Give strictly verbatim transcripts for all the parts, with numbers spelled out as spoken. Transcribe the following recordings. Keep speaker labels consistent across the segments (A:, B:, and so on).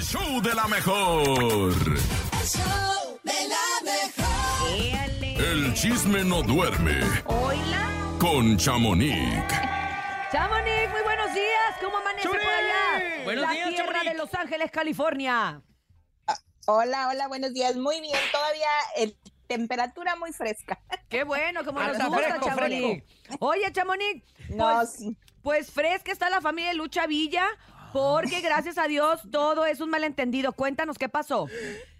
A: show de la mejor.
B: El show de la mejor.
C: Éale.
A: El chisme no duerme
C: Hola.
A: con Chamonix.
C: Chamonix, muy buenos días. ¿Cómo amanece
D: ¡Churi!
C: por allá?
D: Buenos
C: la
D: días,
C: tierra
D: Chamonix.
C: de Los Ángeles, California.
E: Hola, hola, buenos días. Muy bien, todavía en temperatura muy fresca.
C: Qué bueno, como
D: Ah,
C: nos
D: está
C: gusta,
D: fresco,
C: Chamonix. Oye, Chamonix,
E: No,
C: pues,
E: sí.
C: pues fresca está la familia de Lucha Villa, porque gracias a Dios todo es un malentendido. Cuéntanos qué pasó.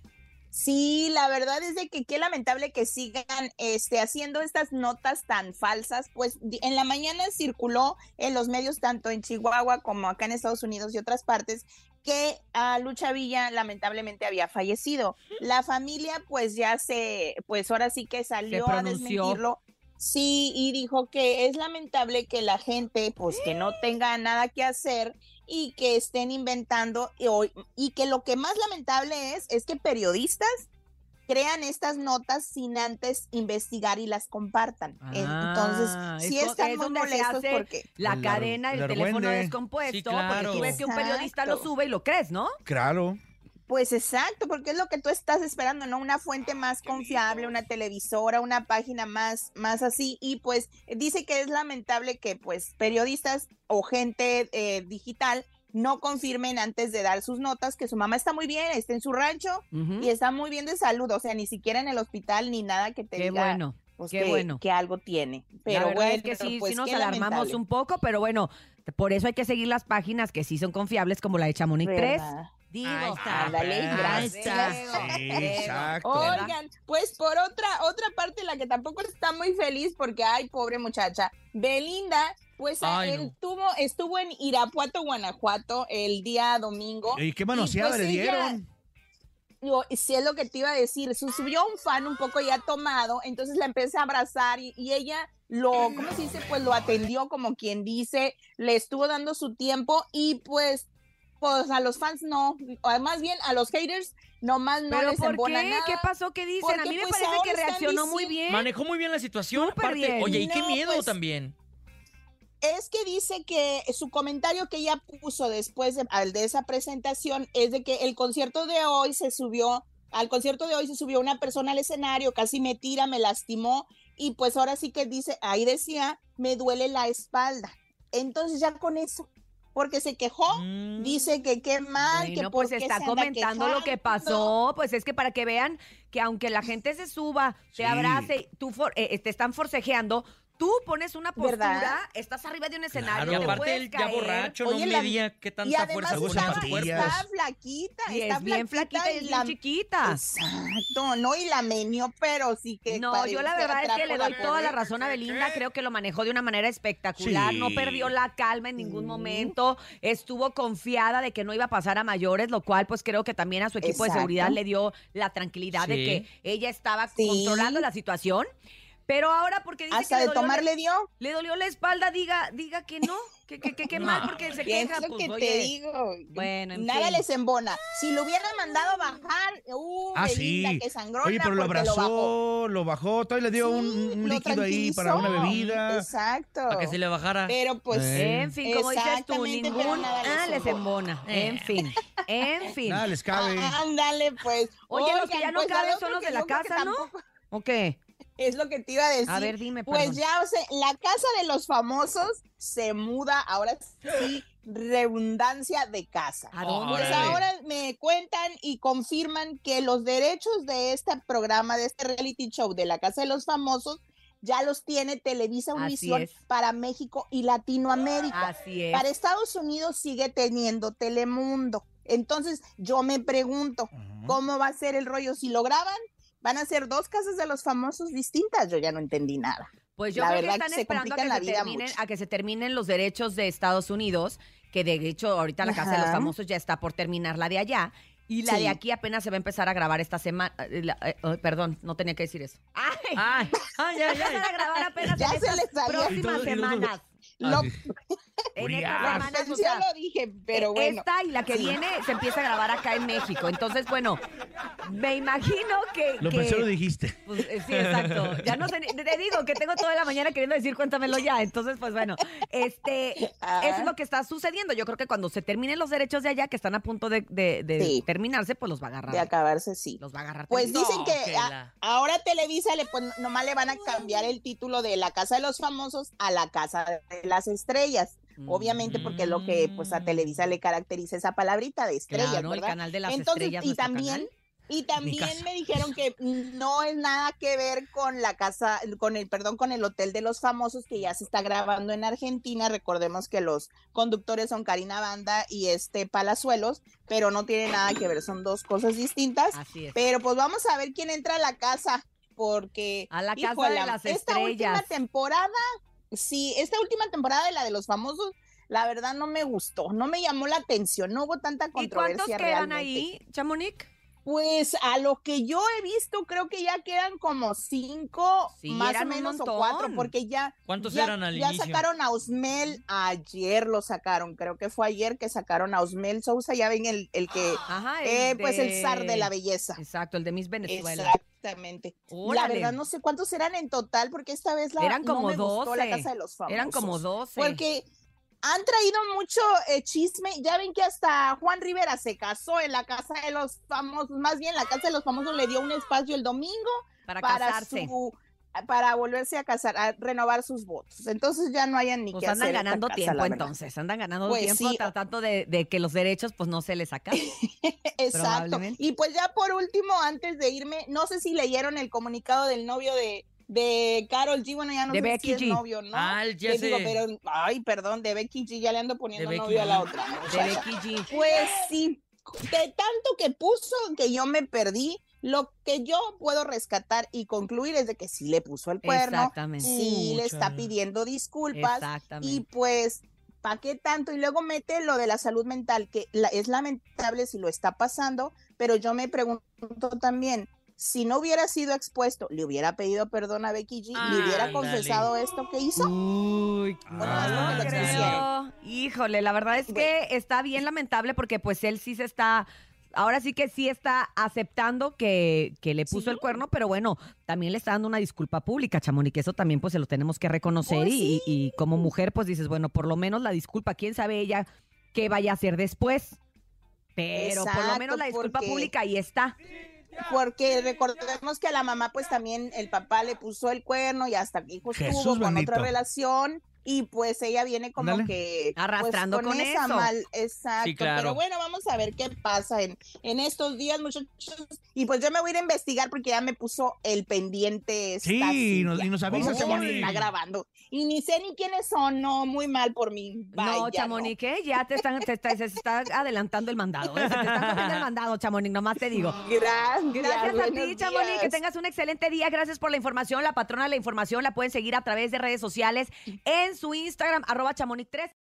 E: Sí, la verdad es de que qué lamentable que sigan este, haciendo estas notas tan falsas. Pues di- en la mañana circuló en los medios, tanto en Chihuahua como acá en Estados Unidos y otras partes, que a Lucha Villa lamentablemente había fallecido. La familia pues ya se, pues ahora sí que salió a
C: pronunció.
E: desmentirlo. Sí, y dijo que es lamentable que la gente pues que no tenga nada que hacer y que estén inventando y, o- y que lo que más lamentable es es que periodistas crean estas notas sin antes investigar y las compartan. Entonces,
C: Ah,
E: sí
C: es co-
E: están
C: es
E: muy
C: donde se
E: molestos
C: hace
E: porque
C: La
D: El ar-
C: cadena, el,
D: el
C: teléfono
D: argüende.
C: descompuesto,
D: Sí,
C: porque
D: claro.
C: tú ves que un periodista lo
E: Exacto.
C: sube y lo crees, ¿no?
D: Claro.
E: Pues exacto, porque es lo que tú estás esperando, ¿no? Una fuente más confiable, una televisora, una página más, más así. Y pues dice que es lamentable que pues periodistas o gente eh, digital no confirmen antes de dar sus notas que su mamá está muy bien, está en su rancho
C: Ujú.
E: y está muy bien de salud, o sea, ni siquiera en el hospital ni nada que te
C: Qué
E: diga
C: bueno,
E: pues,
C: qué
E: que,
C: bueno.
E: que algo tiene.
C: La
E: Pero
C: verdad
E: bueno,
C: es que sí,
E: pues,
C: sí nos
E: qué
C: alarmamos
E: lamentable.
C: un poco, pero bueno, por eso hay que seguir las páginas que sí son confiables, como la de Chamonix tres.
E: ¿Verdad?
C: Digo,
D: Ahí está,
E: Ándale,
D: perra.
E: gracias.
D: Sí, exacto.
C: ¿verdad?
E: Oigan, pues por otra otra parte, la que tampoco está muy feliz porque, ay, pobre muchacha, Belinda, pues a-
D: Ay,
E: él
D: no.
E: tuvo, estuvo en Irapuato, Guanajuato, el día domingo.
D: ¿Y qué manoseada
E: pues
D: le
E: ella-
D: dieron?
E: Yo, si es lo que te iba a decir, su- subió un fan un poco ya tomado, entonces la empecé a abrazar y, y ella lo, ¿cómo se dice? Pues lo atendió como quien dice, le estuvo dando su tiempo y pues, pues a los fans no, o más bien a los haters nomás no
C: ¿Pero
E: les
C: por
E: embona
C: qué?
E: nada.
C: ¿Qué pasó? ¿Qué dicen? A
E: Porque,
C: mí me
E: pues,
C: parece
E: ahora
C: que
E: están
C: reaccionó muy
E: diciendo-
C: bien.
D: Manejó muy bien la situación.
C: Súper
D: Aparte,
C: bien.
D: oye, y qué
E: No,
D: miedo
E: pues,
D: también.
E: Es que dice que su comentario que ella puso después de, al de esa presentación es de que el concierto de hoy se subió, al concierto de hoy se subió una persona al escenario, casi me tira, me lastimó y pues ahora sí que dice, ahí decía, me duele la espalda. Entonces ya con eso, porque se quejó,
D: Mm.
E: dice que qué mal, que
C: Bueno,
E: por
C: pues
E: qué
C: está
E: se anda
C: comentando lo que
E: quejando.
C: pasó. Pues es que para que vean que aunque la gente se suba,
D: Sí.
C: te abrace, tú for- eh, te están forcejeando, tú pones una postura,
E: ¿Verdad?
C: estás arriba de un escenario,
D: Claro,
C: te
D: aparte
C: puedes
D: él ya
C: caer.
D: borracho, no
E: Oye, la-
D: medía qué
E: Y
D: tanta
E: además
D: fuerza
E: está,
D: pone en su
E: está
D: cuerpo.
E: flaquita,
C: Y
E: está
C: es bien flaquita y es bien
E: la-
C: chiquita.
E: Exacto, no, y la menió, pero sí que
C: No, yo la
E: parece
C: verdad es que
E: trapo
C: le
E: la
C: doy toda la
E: pobre.
C: razón a Belinda, creo que lo manejó de una manera espectacular, no
D: Sí.
C: perdió la calma en ningún
E: Sí.
C: momento, estuvo confiada de que no iba a pasar a mayores, lo cual pues creo que también a su equipo de
E: Exacto.
C: seguridad le dio la tranquilidad de
D: Sí.
C: que ella estaba
E: Sí.
C: controlando la situación. Pero ahora porque dice
E: Hasta
C: que
E: de
C: le dolió,
E: tomar
C: la-
E: le dio.
C: le dolió la espalda, diga, diga que no, que, que, que, que mal
D: No,
C: porque se
E: Y es
C: queja,
E: lo
C: pues
E: que te
C: oye.
E: digo.
C: Bueno, en
E: Nada
C: fin.
E: les embona. Si lo hubieran mandado a bajar, uh,
D: Ah,
E: Belinda,
D: sí.
E: que sangrona,
D: Oye, pero lo
E: porque lo bajó.
D: abrazó, lo bajó, todavía le dio un,
E: Sí,
D: un
E: lo
D: líquido ahí para una
E: tranquilizó.
D: bebida.
E: Exacto.
D: Para que se le bajara.
E: Pero pues,
D: Eh.
C: En fin, como dices tú,
E: Exactamente, pero
C: ningún
E: nada les
C: ah, les
E: embona.
C: embona. En fin, en fin.
D: Nada les cabe.
E: ah, ándale, pues.
C: Oye, los que
E: Oigan,
C: ya no
E: pues, al
C: caben
E: otro
C: son los
E: que
C: de la
E: yo creo que
C: casa, ¿no?
E: tampoco-
C: ¿O qué?
E: Es lo que te iba a decir.
C: A ver, dime,
E: Pues
C: perdón.
E: ya, o sea, la casa de los famosos se muda, ahora sí, redundancia de casa.
C: ¿A dónde?
E: Pues
D: Órale.
E: ahora me cuentan y confirman que los derechos de este programa, de este reality show de la Casa de los Famosos, ya los tiene Televisa
C: Así
E: Univisión
C: es.
E: para México y Latinoamérica.
C: Así es.
E: Para Estados Unidos sigue teniendo Telemundo. Entonces, yo me pregunto,
D: Ujú.
E: ¿cómo va a ser el rollo? Si lo graban, van a ser dos casas de los famosos distintas. Yo ya no entendí nada.
C: Pues yo
E: La
C: creo que
E: verdad
C: están
E: que se
C: esperando a
E: complican
C: que,
E: la
C: se
E: vida
C: terminen,
E: mucho.
C: a que se terminen los derechos de Estados Unidos, que de hecho ahorita la Casa de los
E: Ajá.
C: Famosos ya está por terminar la de allá. Y la
E: Sí.
C: de aquí apenas se va a empezar a grabar esta semana. eh, la- eh, oh, perdón, no tenía que decir eso. ¡Ay!
D: Ay, ay,
C: Va a
D: ay,
C: empezar a grabar apenas
E: Ya
C: en
E: se
C: estas
E: le salió.
C: próximas
D: Y todo- y nosotros-
C: semanas.
E: Lo,
D: Así.
C: En estas
D: Urias.
C: semanas,
E: Pues
C: o
E: yo
C: sea,
E: lo dije, pero bueno.
C: esta y la que
E: Sí.
C: viene se empieza a grabar acá en México. Entonces, bueno, me imagino que...
D: Lo
C: que-
D: pensé, lo dijiste.
C: Pues, eh, sí, exacto. Ya no sé, ni- te digo que tengo toda la mañana queriendo decir cuéntamelo ya. Entonces, pues bueno, este,
E: Ah.
C: eso es lo que está sucediendo. Yo creo que cuando se terminen los derechos de allá, que están a punto de, de- de
E: Sí.
C: terminarse, pues los va a agarrar.
E: De acabarse, sí.
C: Los va a agarrar.
E: Pues
C: Televisa.
E: dicen que
D: que
E: a-
D: la-
E: ahora Televisa le pues, nomás le van a cambiar el título de La Casa de los Famosos a La Casa de las Estrellas. Obviamente porque es lo que pues a Televisa le caracteriza esa palabrita de estrellas,
C: Claro, el
E: ¿verdad?
C: canal de las
E: Entonces,
C: estrellas.
E: y
C: nuestro
E: también
C: canal.
E: y también
D: casa.
E: me dijeron que no es nada que ver con la casa, con el, perdón, con el Hotel de los Famosos que ya se está grabando en Argentina. Recordemos que los conductores son Karina Banda y este Palazuelos, pero no tiene nada que ver, son dos cosas distintas.
C: Así es.
E: Pero pues vamos a ver quién entra a la casa, porque
C: A la casa
E: híjole,
C: de las
E: esta última
C: estrellas.
E: temporada, sí, esta última temporada de la de los famosos, la verdad no me gustó, no me llamó la atención, no hubo tanta
C: ¿Y cuántos
E: controversia
C: quedan
E: realmente.
C: ahí, Chamonix?
E: Pues a lo que yo he visto, creo que ya quedan como cinco,
C: Sí,
E: más o
C: eran un
E: menos, o
C: montón.
E: cuatro, porque ya,
D: ¿Cuántos
E: ya,
D: eran al
E: ya
D: inicio?
E: sacaron a Osmel, ayer lo sacaron, creo que fue ayer que sacaron a Osmel Sousa, ya ven el, el que,
C: Ajá,
E: eh,
C: el
E: pues el
C: de-
E: zar de la belleza.
C: Exacto, el de Miss Venezuela.
E: Exactamente. La
C: Órale.
E: verdad no sé cuántos eran en total, porque esta vez la,
C: Eran
E: no
C: como
E: me gustó la
C: doce.
E: Casa de los Famosos.
C: Eran como doce.
E: Porque han traído mucho eh, chisme. Ya ven que hasta Juan Rivera se casó en la Casa de los Famosos. Más bien, la Casa de los Famosos le dio un espacio el domingo
C: para,
E: para
C: casarse.
E: su para volverse a casar, a renovar sus votos. Entonces ya no hayan ni
C: Pues
E: que
C: andan
E: hacer esta
C: ganando
E: casa,
C: tiempo
E: la verdad.
C: entonces, andan ganando
E: Pues
C: tiempo
E: sí.
C: tratando de, de que los derechos pues no se les sacan.
E: Exacto.
C: Probablemente.
E: Y pues ya por último, antes de irme, no sé si leyeron el comunicado del novio de de Karol G, bueno, ya no
C: De
E: sé
C: Becky
E: si es
C: G.
E: novio, ¿no?
D: Ah, ya
E: Que digo,
D: sé.
E: pero, ay, perdón, de Becky G, ya le ando poniendo
D: De Becky
E: novio a la
D: G.
E: otra.
C: De
E: muchacha.
C: Becky G.
E: Pues sí, de tanto que puso que yo me perdí, lo que yo puedo rescatar y concluir es de que sí le puso el cuerno,
C: Exactamente.
E: sí le
D: Mucha.
E: está pidiendo disculpas
C: Exactamente.
E: y pues, ¿para qué tanto? Y luego mete lo de la salud mental, que la- es lamentable si lo está pasando, pero yo me pregunto también, si no hubiera sido expuesto, ¿le hubiera pedido perdón a Becky G? ¿Le hubiera
D: Ándale.
E: confesado esto que hizo?
C: Uy,
E: Bueno,
D: Ah,
E: es lo que
C: no
E: lo
C: creo.
E: hicieron.
C: Híjole, la verdad es que está bien lamentable porque pues él sí se está, ahora sí que sí está aceptando que, que le puso
E: Sí.
C: el cuerno, pero bueno, también le está dando una disculpa pública, Chamonix, que eso también pues se lo tenemos que reconocer
E: Pues
C: y, y como mujer pues dices, bueno, por lo menos la disculpa, quién sabe ella qué vaya a hacer después, pero por lo
E: Exacto,
C: menos la disculpa
E: porque-
C: pública ahí está.
E: Porque recordemos que a la mamá pues también el papá le puso el cuerno y hasta hijos
D: Jesús
E: tuvo con
D: bendito.
E: otra relación y pues ella viene como
D: Ándale.
E: que pues,
C: Arrastrando con
E: esa
C: eso.
E: mal, exacto,
D: Sí, claro.
E: pero bueno, vamos a ver qué pasa en, en estos días, muchachos, y pues yo me voy a ir a investigar porque ya me puso el pendiente esta
D: Sí,
E: Cintia.
D: nos- y nos avisas,
E: ¿Cómo
D: Chamonix.
E: se está grabando y ni sé ni quiénes son, no, muy mal por mí. Bye,
C: No,
E: ya
C: Chamonix, ¿eh? ya te están, te está, se está adelantando el mandado. ¿eh? Se te está comiendo el mandado, Chamonix, nomás te digo.
E: Gracias,
C: Gracias a
E: buenos
C: ti, Chamonix, que
E: días.
C: tengas un excelente día. Gracias por la información. La patrona de la información la pueden seguir a través de redes sociales en su Instagram, arroba chamonix tres.